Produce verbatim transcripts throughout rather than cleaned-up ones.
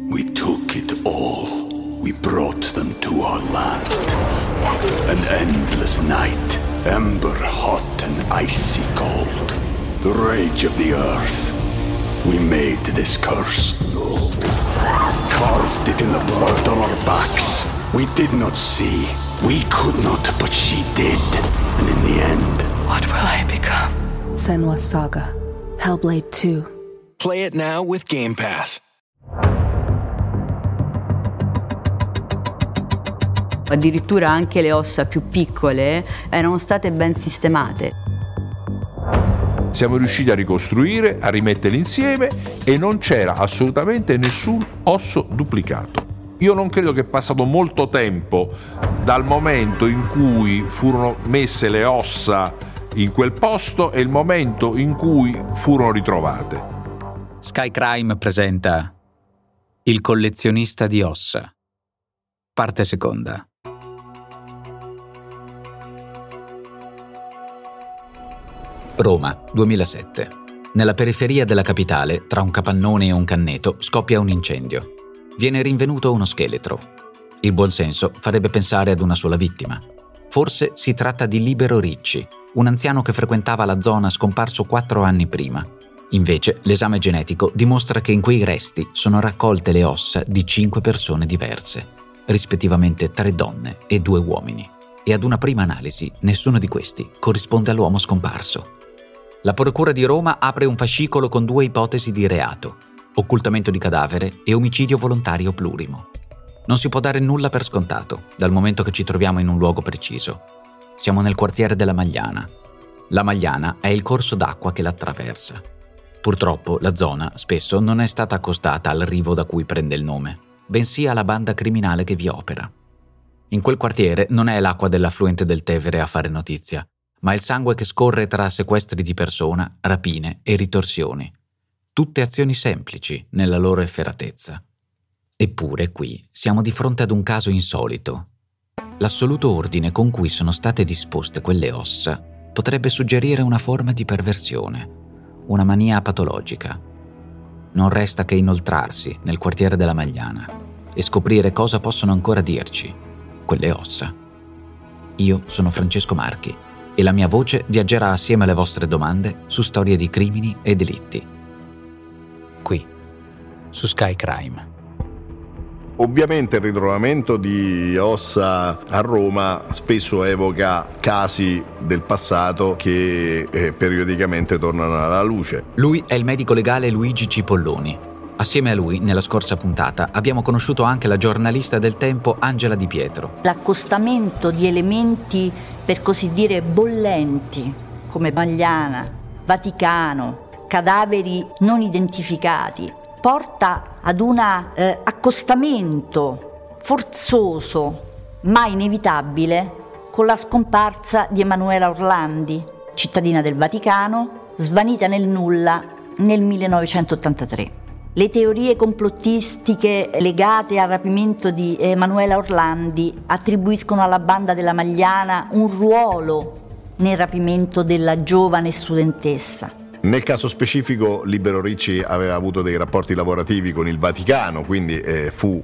We took it all. We brought them to our land. An endless night, ember hot and icy cold. The rage of the earth. We made this curse. Carved it in the blood on our backs. We did not see. We could not, but she did. And in the end... What will I become? Senua's Saga. Hellblade two. Play it now with Game Pass. Addirittura anche le ossa più piccole erano state ben sistemate. Siamo riusciti a ricostruire, a rimetterli insieme e non c'era assolutamente nessun osso duplicato. Io non credo che è passato molto tempo dal momento in cui furono messe le ossa in quel posto e il momento in cui furono ritrovate. Sky Crime presenta Il collezionista di ossa. Parte seconda. Roma, duemilasette. Nella periferia della capitale, tra un capannone e un canneto, scoppia un incendio. Viene rinvenuto uno scheletro. Il buonsenso farebbe pensare ad una sola vittima. Forse si tratta di Libero Ricci, un anziano che frequentava la zona scomparso quattro anni prima. Invece, l'esame genetico dimostra che in quei resti sono raccolte le ossa di cinque persone diverse, rispettivamente tre donne e due uomini. E ad una prima analisi, nessuno di questi corrisponde all'uomo scomparso. La Procura di Roma apre un fascicolo con due ipotesi di reato: occultamento di cadavere e omicidio volontario plurimo. Non si può dare nulla per scontato, dal momento che ci troviamo in un luogo preciso. Siamo nel quartiere della Magliana. La Magliana è il corso d'acqua che la attraversa. Purtroppo la zona spesso non è stata accostata al rivo da cui prende il nome, bensì alla banda criminale che vi opera. In quel quartiere non è l'acqua dell'affluente del Tevere a fare notizia, ma il sangue che scorre tra sequestri di persona, rapine e ritorsioni. Tutte azioni semplici nella loro efferatezza. Eppure qui siamo di fronte ad un caso insolito. L'assoluto ordine con cui sono state disposte quelle ossa potrebbe suggerire una forma di perversione, una mania patologica. Non resta che inoltrarsi nel quartiere della Magliana e scoprire cosa possono ancora dirci quelle ossa. Io sono Francesco Marchi e la mia voce viaggerà assieme alle vostre domande su storie di crimini e delitti. Qui, su Sky Crime. Ovviamente il ritrovamento di ossa a Roma spesso evoca casi del passato che eh, periodicamente tornano alla luce. Lui è il medico legale Luigi Cipolloni. Assieme a lui, nella scorsa puntata, abbiamo conosciuto anche la giornalista del Tempo Angela Di Pietro. L'accostamento di elementi, per così dire, bollenti, come Magliana, Vaticano, cadaveri non identificati, porta ad un eh, accostamento forzoso, ma inevitabile, con la scomparsa di Emanuela Orlandi, cittadina del Vaticano, svanita nel nulla nel millenovecentottantatré. Le teorie complottistiche legate al rapimento di Emanuela Orlandi attribuiscono alla banda della Magliana un ruolo nel rapimento della giovane studentessa. Nel caso specifico Libero Ricci aveva avuto dei rapporti lavorativi con il Vaticano, quindi eh, fu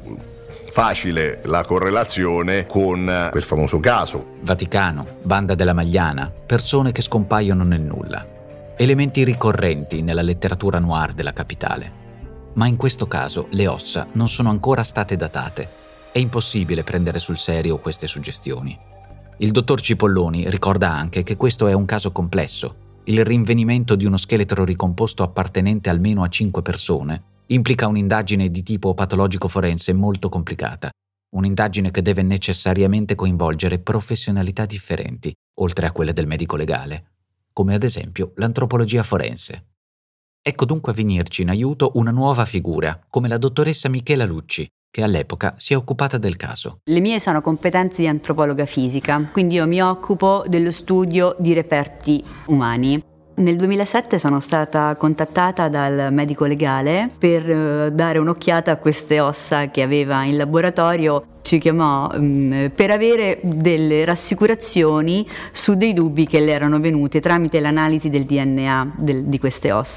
facile la correlazione con quel famoso caso. Vaticano, banda della Magliana, persone che scompaiono nel nulla. Elementi ricorrenti nella letteratura noir della capitale. Ma in questo caso le ossa non sono ancora state datate. È impossibile prendere sul serio queste suggestioni. Il dottor Cipolloni ricorda anche che questo è un caso complesso. Il rinvenimento di uno scheletro ricomposto appartenente almeno a cinque persone implica un'indagine di tipo patologico forense molto complicata. Un'indagine che deve necessariamente coinvolgere professionalità differenti, oltre a quelle del medico legale, come ad esempio l'antropologia forense. Ecco dunque a venirci in aiuto una nuova figura, come la dottoressa Michela Lucci, che all'epoca si è occupata del caso. Le mie sono competenze di antropologa fisica, quindi io mi occupo dello studio di reperti umani. Nel duemilasette sono stata contattata dal medico legale per uh, dare un'occhiata a queste ossa che aveva in laboratorio. Ci chiamò um, per avere delle rassicurazioni su dei dubbi che le erano venuti tramite l'analisi del D N A del, di queste ossa.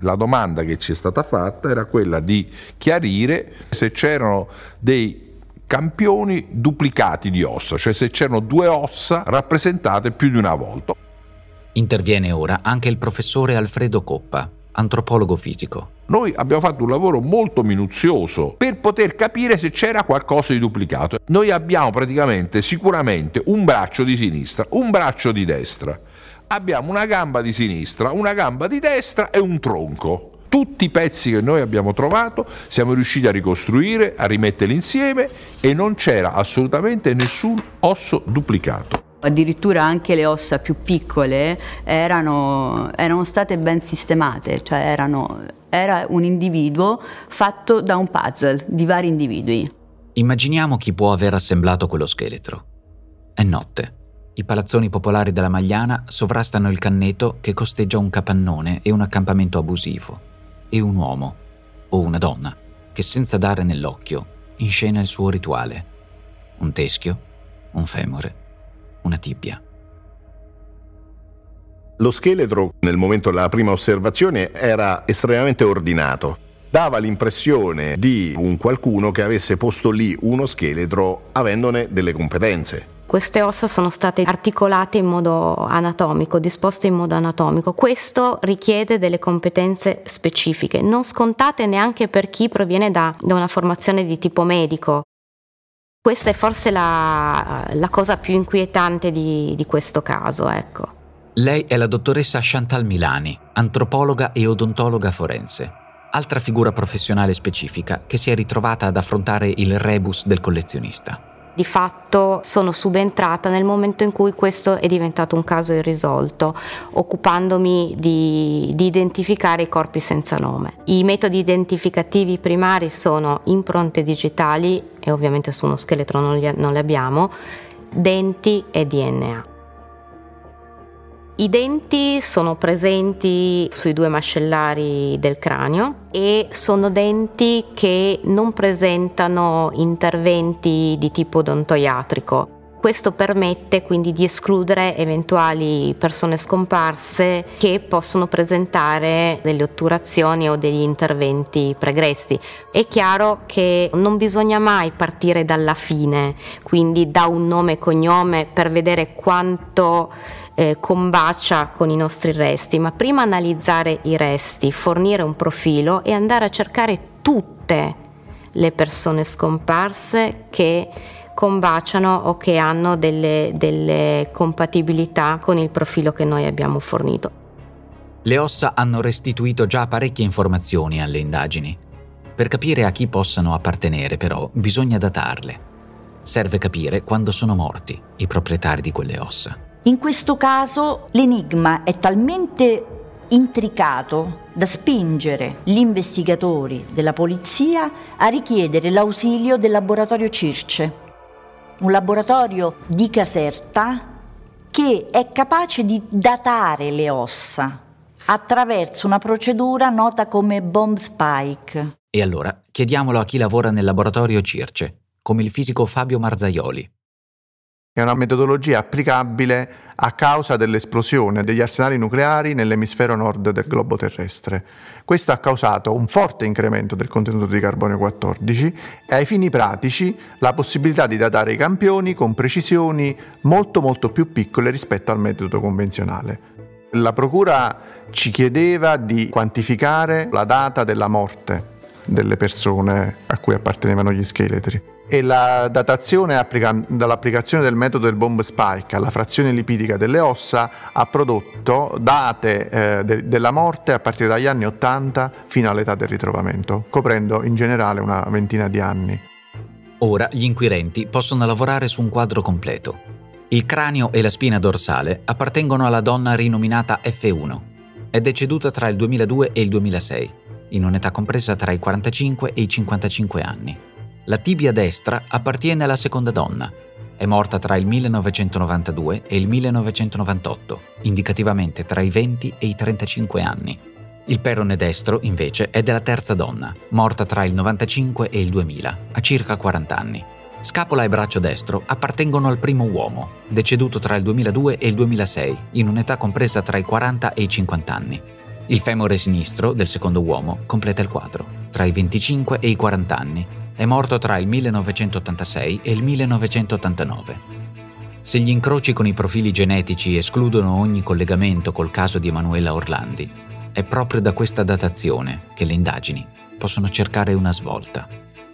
La domanda che ci è stata fatta era quella di chiarire se c'erano dei campioni duplicati di ossa, cioè se c'erano due ossa rappresentate più di una volta. Interviene ora anche il professore Alfredo Coppa, antropologo fisico. Noi abbiamo fatto un lavoro molto minuzioso per poter capire se c'era qualcosa di duplicato. Noi abbiamo praticamente sicuramente un braccio di sinistra, un braccio di destra. Abbiamo una gamba di sinistra, una gamba di destra e un tronco. Tutti i pezzi che noi abbiamo trovato siamo riusciti a ricostruire, a rimetterli insieme e non c'era assolutamente nessun osso duplicato. Addirittura anche le ossa più piccole erano, erano state ben sistemate, cioè erano, era un individuo fatto da un puzzle di vari individui. Immaginiamo chi può aver assemblato quello scheletro. È notte. I palazzoni popolari della Magliana sovrastano il Canneto che costeggia un capannone e un accampamento abusivo. E un uomo, o una donna, che senza dare nell'occhio inscena il suo rituale. Un teschio, un femore, una tibia. Lo scheletro, nel momento della prima osservazione, era estremamente ordinato. Dava l'impressione di un qualcuno che avesse posto lì uno scheletro avendone delle competenze. Queste ossa sono state articolate in modo anatomico, disposte in modo anatomico. Questo richiede delle competenze specifiche, non scontate neanche per chi proviene da, da una formazione di tipo medico. Questa è forse la, la cosa più inquietante di, di questo caso, ecco. Lei è la dottoressa Chantal Milani, antropologa e odontologa forense, altra figura professionale specifica che si è ritrovata ad affrontare il rebus del collezionista. Di fatto sono subentrata nel momento in cui questo è diventato un caso irrisolto, occupandomi di, di identificare i corpi senza nome. I metodi identificativi primari sono impronte digitali, e ovviamente su uno scheletro non, li, non le abbiamo, denti e D N A. I denti sono presenti sui due mascellari del cranio e sono denti che non presentano interventi di tipo odontoiatrico. Questo permette quindi di escludere eventuali persone scomparse che possono presentare delle otturazioni o degli interventi pregressi. È chiaro che non bisogna mai partire dalla fine, quindi da un nome e cognome per vedere quanto Eh, combacia con i nostri resti, ma prima analizzare i resti, fornire un profilo e andare a cercare tutte le persone scomparse che combaciano o che hanno delle, delle compatibilità con il profilo che noi abbiamo fornito. Le ossa hanno restituito già parecchie informazioni alle indagini. Per capire a chi possano appartenere, però, bisogna datarle. Serve capire quando sono morti i proprietari di quelle ossa. In questo caso l'enigma è talmente intricato da spingere gli investigatori della polizia a richiedere l'ausilio del laboratorio Circe, un laboratorio di Caserta che è capace di datare le ossa attraverso una procedura nota come bomb spike. E allora chiediamolo a chi lavora nel laboratorio Circe, come il fisico Fabio Marzaioli. È una metodologia applicabile a causa dell'esplosione degli arsenali nucleari nell'emisfero nord del globo terrestre. Questo ha causato un forte incremento del contenuto di carbonio quattordici e ai fini pratici la possibilità di datare i campioni con precisioni molto molto più piccole rispetto al metodo convenzionale. La procura ci chiedeva di quantificare la data della morte delle persone a cui appartenevano gli scheletri. E la datazione applica- dall'applicazione del metodo del bomb spike alla frazione lipidica delle ossa ha prodotto date eh, de- della morte a partire dagli anni ottanta fino all'età del ritrovamento, coprendo in generale una ventina di anni. Ora gli inquirenti possono lavorare su un quadro completo. Il cranio e la spina dorsale appartengono alla donna rinominata F uno. È deceduta tra il duemiladue e il duemilasei, in un'età compresa tra i quarantacinque e i cinquantacinque anni. La tibia destra appartiene alla seconda donna. È morta tra il millenovecentonovantadue e il millenovecentonovantotto, indicativamente tra i venti e i trentacinque anni. Il perone destro, invece, è della terza donna, morta tra il novantacinque e il duemila, a circa quaranta anni. Scapola e braccio destro appartengono al primo uomo, deceduto tra il duemiladue e il duemilasei, in un'età compresa tra i quaranta e i cinquanta anni. Il femore sinistro del secondo uomo completa il quadro, tra i venticinque e i quaranta anni. È morto tra il millenovecentottantasei e il millenovecentottantanove. Se gli incroci con i profili genetici escludono ogni collegamento col caso di Emanuela Orlandi, è proprio da questa datazione che le indagini possono cercare una svolta.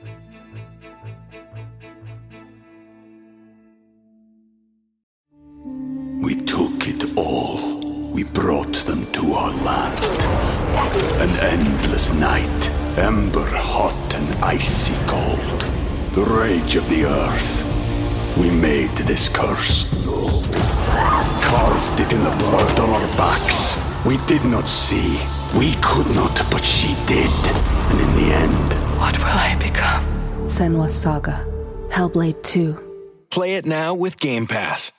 We took it all. We brought them to our land. An endless night, ember hot and icy cold. The rage of the earth. We made this curse. Carved it in the blood on our backs. We did not see. We could not, but she did. And in the end, What will I become? Senua's Saga. Hellblade two. Play it now with Game Pass.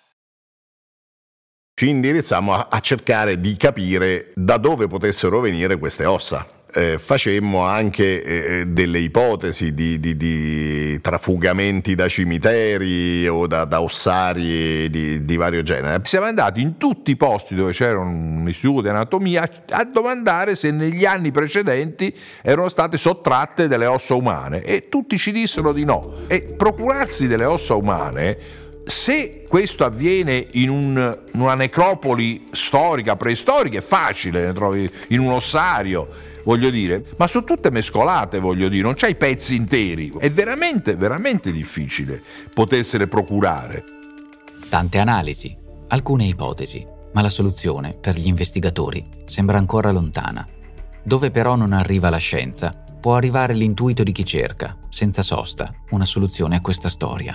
Ci indirizziamo a, a cercare di capire da dove potessero venire queste ossa. Eh, facemmo anche eh, delle ipotesi di, di, di trafugamenti da cimiteri o da, da ossari di, di vario genere. Siamo andati in tutti i posti dove c'era un istituto di anatomia a domandare se negli anni precedenti erano state sottratte delle ossa umane e tutti ci dissero di no. E procurarsi delle ossa umane, se questo avviene in, un, in una necropoli storica, preistorica, è facile, ne trovi in un ossario, voglio dire, ma sono tutte mescolate, voglio dire, non c'hai pezzi interi. È veramente, veramente difficile potersele procurare. Tante analisi, alcune ipotesi, ma la soluzione per gli investigatori sembra ancora lontana. Dove però non arriva la scienza, può arrivare l'intuito di chi cerca, senza sosta, una soluzione a questa storia.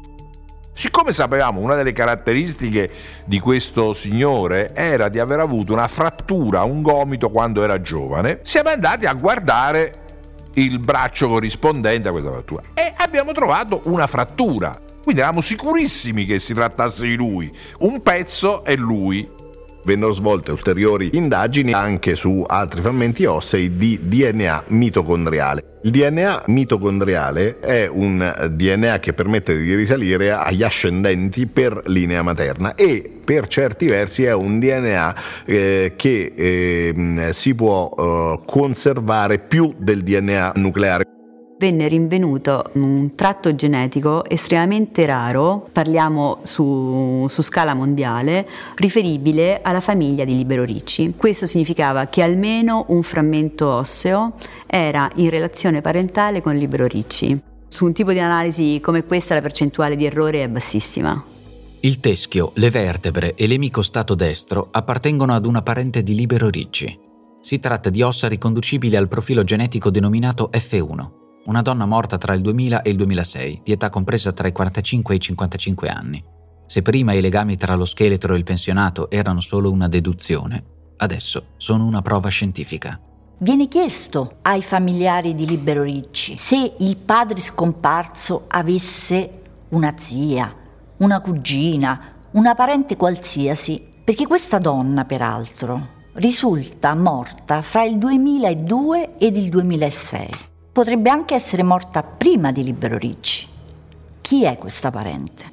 Siccome sapevamo una delle caratteristiche di questo signore era di aver avuto una frattura a un gomito quando era giovane, siamo andati a guardare il braccio corrispondente a questa frattura e abbiamo trovato una frattura. Quindi eravamo sicurissimi che si trattasse di lui. Un pezzo è lui. Vennero svolte ulteriori indagini anche su altri frammenti ossei di D N A mitocondriale. Il D N A mitocondriale è un D N A che permette di risalire agli ascendenti per linea materna e per certi versi è un D N A eh, che eh, si può eh, conservare più del D N A nucleare. Venne rinvenuto un tratto genetico estremamente raro, parliamo su, su scala mondiale, riferibile alla famiglia di Libero Ricci. Questo significava che almeno un frammento osseo era in relazione parentale con Libero Ricci. Su un tipo di analisi come questa la percentuale di errore è bassissima. Il teschio, le vertebre e l'emicostato destro appartengono ad una parente di Libero Ricci. Si tratta di ossa riconducibili al profilo genetico denominato F uno. Una donna morta tra il duemila e il duemilasei, di età compresa tra i quarantacinque e i cinquantacinque anni. Se prima i legami tra lo scheletro e il pensionato erano solo una deduzione, adesso sono una prova scientifica. Viene chiesto ai familiari di Libero Ricci se il padre scomparso avesse una zia, una cugina, una parente qualsiasi, perché questa donna, peraltro, risulta morta fra il duemiladue ed il duemilasei. Potrebbe anche essere morta prima di Libero Ricci. Chi è questa parente?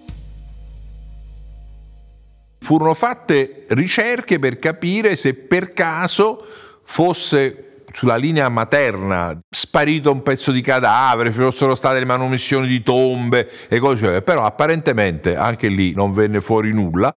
Furono fatte ricerche per capire se per caso fosse sulla linea materna sparito un pezzo di cadavere, fossero state le manomissioni di tombe e cose, però apparentemente anche lì non venne fuori nulla.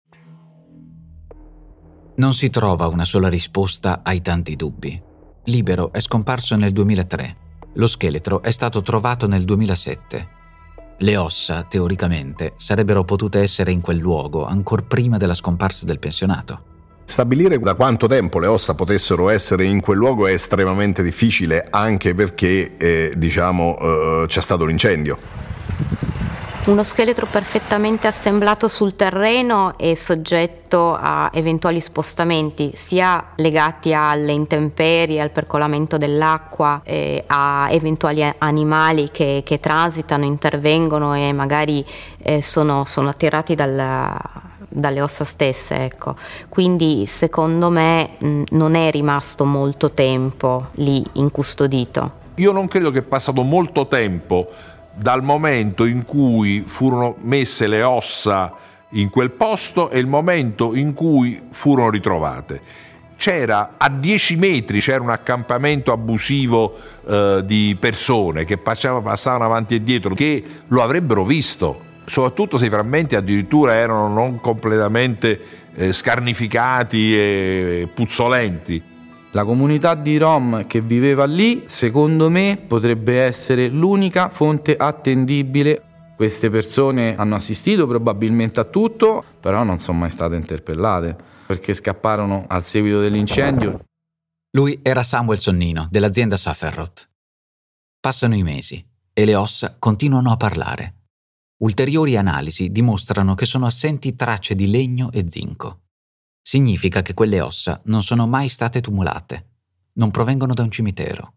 Non si trova una sola risposta ai tanti dubbi. Libero è scomparso nel duemilatré. Lo scheletro è stato trovato nel duemilasette. Le ossa, teoricamente, sarebbero potute essere in quel luogo ancor prima della scomparsa del pensionato. Stabilire da quanto tempo le ossa potessero essere in quel luogo è estremamente difficile, anche perché eh, diciamo eh, c'è stato l'incendio. Uno scheletro perfettamente assemblato sul terreno è soggetto a eventuali spostamenti, sia legati alle intemperie, al percolamento dell'acqua, eh, a eventuali animali che, che transitano, intervengono e magari eh, sono, sono attirati dalla, dalle ossa stesse, ecco. Quindi secondo me mh, non è rimasto molto tempo lì incustodito. Io non credo che è passato molto tempo dal momento in cui furono messe le ossa in quel posto e il momento in cui furono ritrovate. c'era a dieci metri c'era un accampamento abusivo eh, di persone che passavano, passavano avanti e dietro, che lo avrebbero visto, soprattutto se i frammenti addirittura erano non completamente eh, scarnificati e puzzolenti. La comunità di Rom che viveva lì, secondo me, potrebbe essere l'unica fonte attendibile. Queste persone hanno assistito probabilmente a tutto, però non sono mai state interpellate, perché scapparono al seguito dell'incendio. Lui era Samuel Sonnino, dell'azienda Safferrot. Passano i mesi e le ossa continuano a parlare. Ulteriori analisi dimostrano che sono assenti tracce di legno e zinco. Significa che quelle ossa non sono mai state tumulate, non provengono da un cimitero.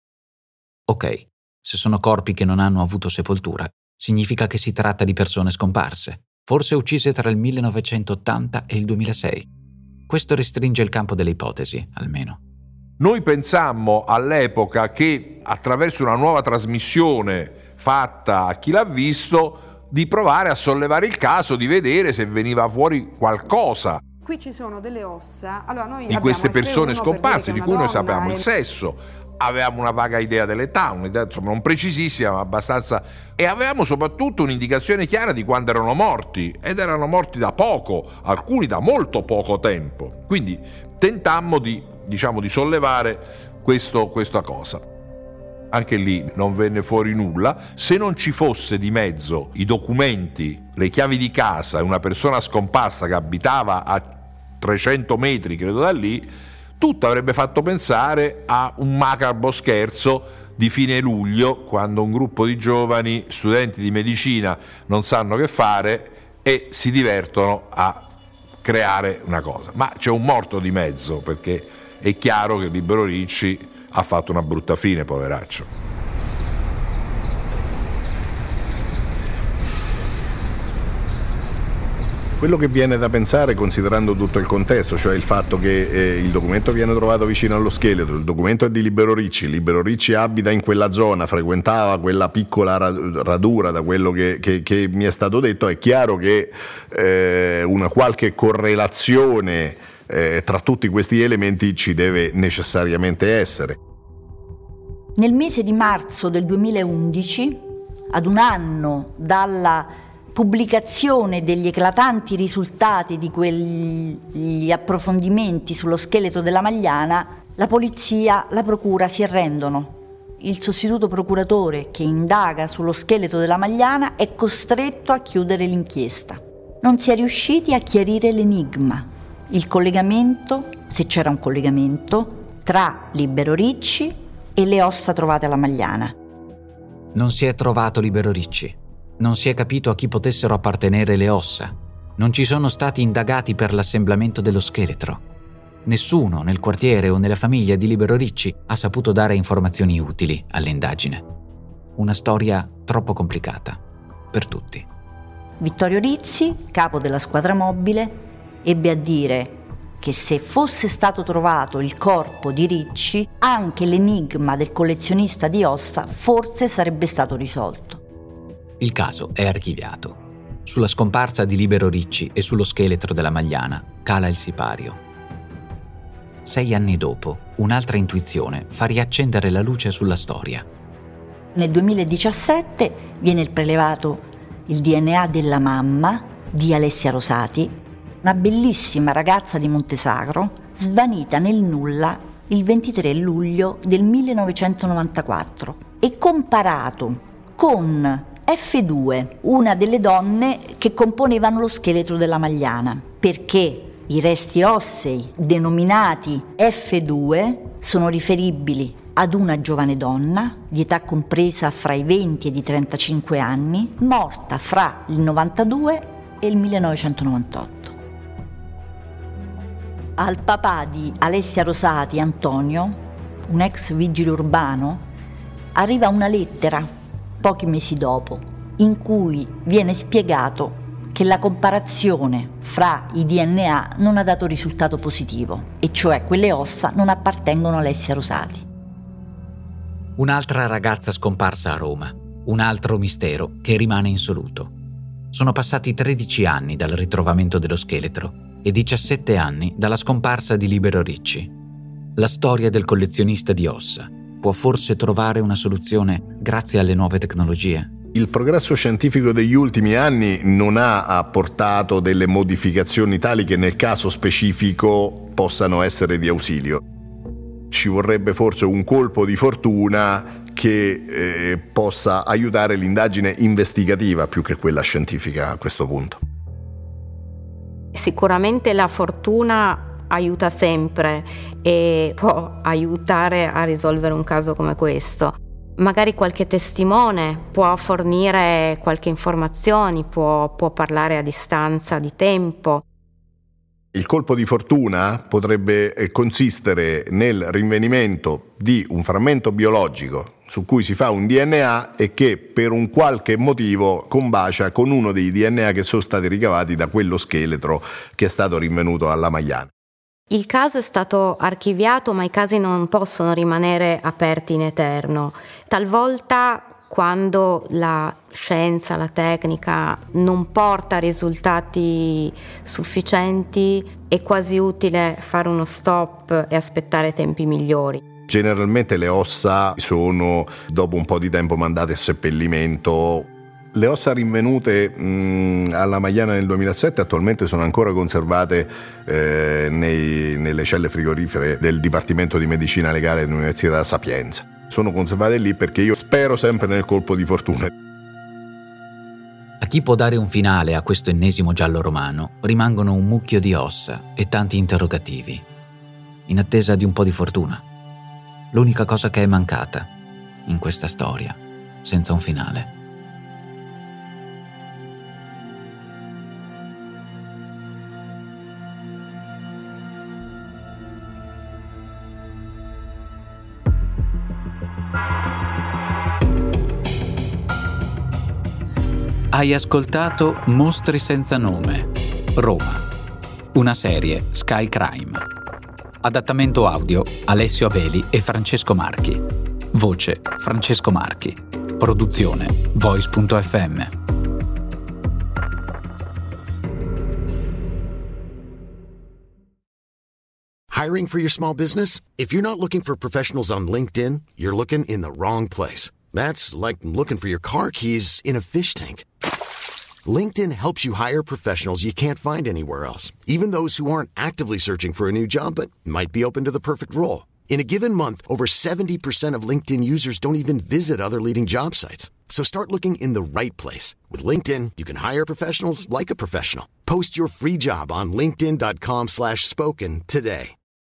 Ok, se sono corpi che non hanno avuto sepoltura, significa che si tratta di persone scomparse, forse uccise tra il millenovecentottanta e il duemilasei. Questo restringe il campo delle ipotesi, almeno. Noi pensammo all'epoca che attraverso una nuova trasmissione fatta a chi l'ha visto, di provare a sollevare il caso, di vedere se veniva fuori qualcosa. Qui ci sono delle ossa, allora noi di queste persone scomparse, di cui noi sapevamo il sesso, avevamo una vaga idea dell'età, un'idea insomma non precisissima ma abbastanza, e avevamo soprattutto un'indicazione chiara di quando erano morti, ed erano morti da poco, alcuni da molto poco tempo. Quindi tentammo di, diciamo, di sollevare questo, questa cosa. Anche lì non venne fuori nulla, se non ci fosse di mezzo i documenti, le chiavi di casa e una persona scomparsa che abitava a trecento metri, credo, da lì, tutto avrebbe fatto pensare a un macabro scherzo di fine luglio, quando un gruppo di giovani studenti di medicina non sanno che fare e si divertono a creare una cosa. Ma c'è un morto di mezzo, perché è chiaro che Libero Ricci ha fatto una brutta fine, poveraccio. Quello che viene da pensare, considerando tutto il contesto, cioè il fatto che eh, il documento viene trovato vicino allo scheletro, il documento è di Libero Ricci, Libero Ricci abita in quella zona, frequentava quella piccola radura, da quello che, che, che mi è stato detto, è chiaro che eh, una qualche correlazione eh, tra tutti questi elementi ci deve necessariamente essere. Nel mese di marzo del duemilaundici, ad un anno dalla pubblicazione degli eclatanti risultati di quegli approfondimenti sullo scheletro della Magliana, la polizia, la procura si arrendono. Il sostituto procuratore che indaga sullo scheletro della Magliana è costretto a chiudere l'inchiesta. Non si è riusciti a chiarire l'enigma, il collegamento, se c'era un collegamento, tra Libero Ricci e le ossa trovate alla Magliana. Non si è trovato Libero Ricci. Non si è capito a chi potessero appartenere le ossa. Non ci sono stati indagati per l'assemblamento dello scheletro. Nessuno nel quartiere o nella famiglia di Libero Ricci ha saputo dare informazioni utili all'indagine. Una storia troppo complicata per tutti. Vittorio Rizzi, capo della squadra mobile, ebbe a dire che se fosse stato trovato il corpo di Ricci, anche l'enigma del collezionista di ossa forse sarebbe stato risolto. Il caso è archiviato. Sulla scomparsa di Libero Ricci e sullo scheletro della Magliana cala il sipario. Sei anni dopo, un'altra intuizione fa riaccendere la luce sulla storia. Nel duemiladiciassette viene prelevato il D N A della mamma di Alessia Rosati, una bellissima ragazza di Montesagro, svanita nel nulla il ventitré luglio del millenovecentonovantaquattro e comparato con F due, una delle donne che componevano lo scheletro della Magliana, perché i resti ossei denominati F due sono riferibili ad una giovane donna di età compresa fra i venti e i trentacinque anni, morta fra il novantadue e il millenovecentonovantotto. Al papà di Alessia Rosati, Antonio, un ex vigile urbano, arriva una lettera pochi mesi dopo, in cui viene spiegato che la comparazione fra i D N A non ha dato risultato positivo, e cioè quelle ossa non appartengono a Alessia Rosati. Un'altra ragazza scomparsa a Roma, un altro mistero che rimane insoluto. Sono passati tredici anni dal ritrovamento dello scheletro e diciassette anni dalla scomparsa di Libero Ricci. La storia del collezionista di ossa può forse trovare una soluzione grazie alle nuove tecnologie? Il progresso scientifico degli ultimi anni non ha apportato delle modificazioni tali che nel caso specifico possano essere di ausilio. Ci vorrebbe forse un colpo di fortuna che eh, possa aiutare l'indagine investigativa più che quella scientifica a questo punto. Sicuramente la fortuna aiuta sempre e può aiutare a risolvere un caso come questo. Magari qualche testimone può fornire qualche informazione, può, può parlare a distanza di tempo. Il colpo di fortuna potrebbe consistere nel rinvenimento di un frammento biologico su cui si fa un D N A e che per un qualche motivo combacia con uno dei D N A che sono stati ricavati da quello scheletro che è stato rinvenuto alla Magliana. Il caso è stato archiviato, ma i casi non possono rimanere aperti in eterno. Talvolta, quando la scienza, la tecnica non porta risultati sufficienti, è quasi utile fare uno stop e aspettare tempi migliori. Generalmente le ossa sono dopo un po' di tempo mandate a seppellimento. Le ossa rinvenute mh, alla Magliana nel duemilasette attualmente sono ancora conservate eh, nei, nelle celle frigorifere del Dipartimento di Medicina Legale dell'Università Sapienza. Sono conservate lì perché io spero sempre nel colpo di fortuna. A chi può dare un finale a questo ennesimo giallo romano rimangono un mucchio di ossa e tanti interrogativi, in attesa di un po' di fortuna. L'unica cosa che è mancata in questa storia, senza un finale. Hai ascoltato Mostri senza nome, Roma, una serie Sky Crime. Adattamento audio Alessio Abeli e Francesco Marchi. Voce Francesco Marchi. Produzione Voice punto effe emme. Hiring for your small business? If you're not looking for professionals on LinkedIn, you're looking in the wrong place. That's like looking for your car keys in a fish tank. LinkedIn helps you hire professionals you can't find anywhere else, even those who aren't actively searching for a new job but might be open to the perfect role. In a given month, over seventy percent of LinkedIn users don't even visit other leading job sites. So start looking in the right place. With LinkedIn, you can hire professionals like a professional. Post your free job on linkedin dot com slash spoken today.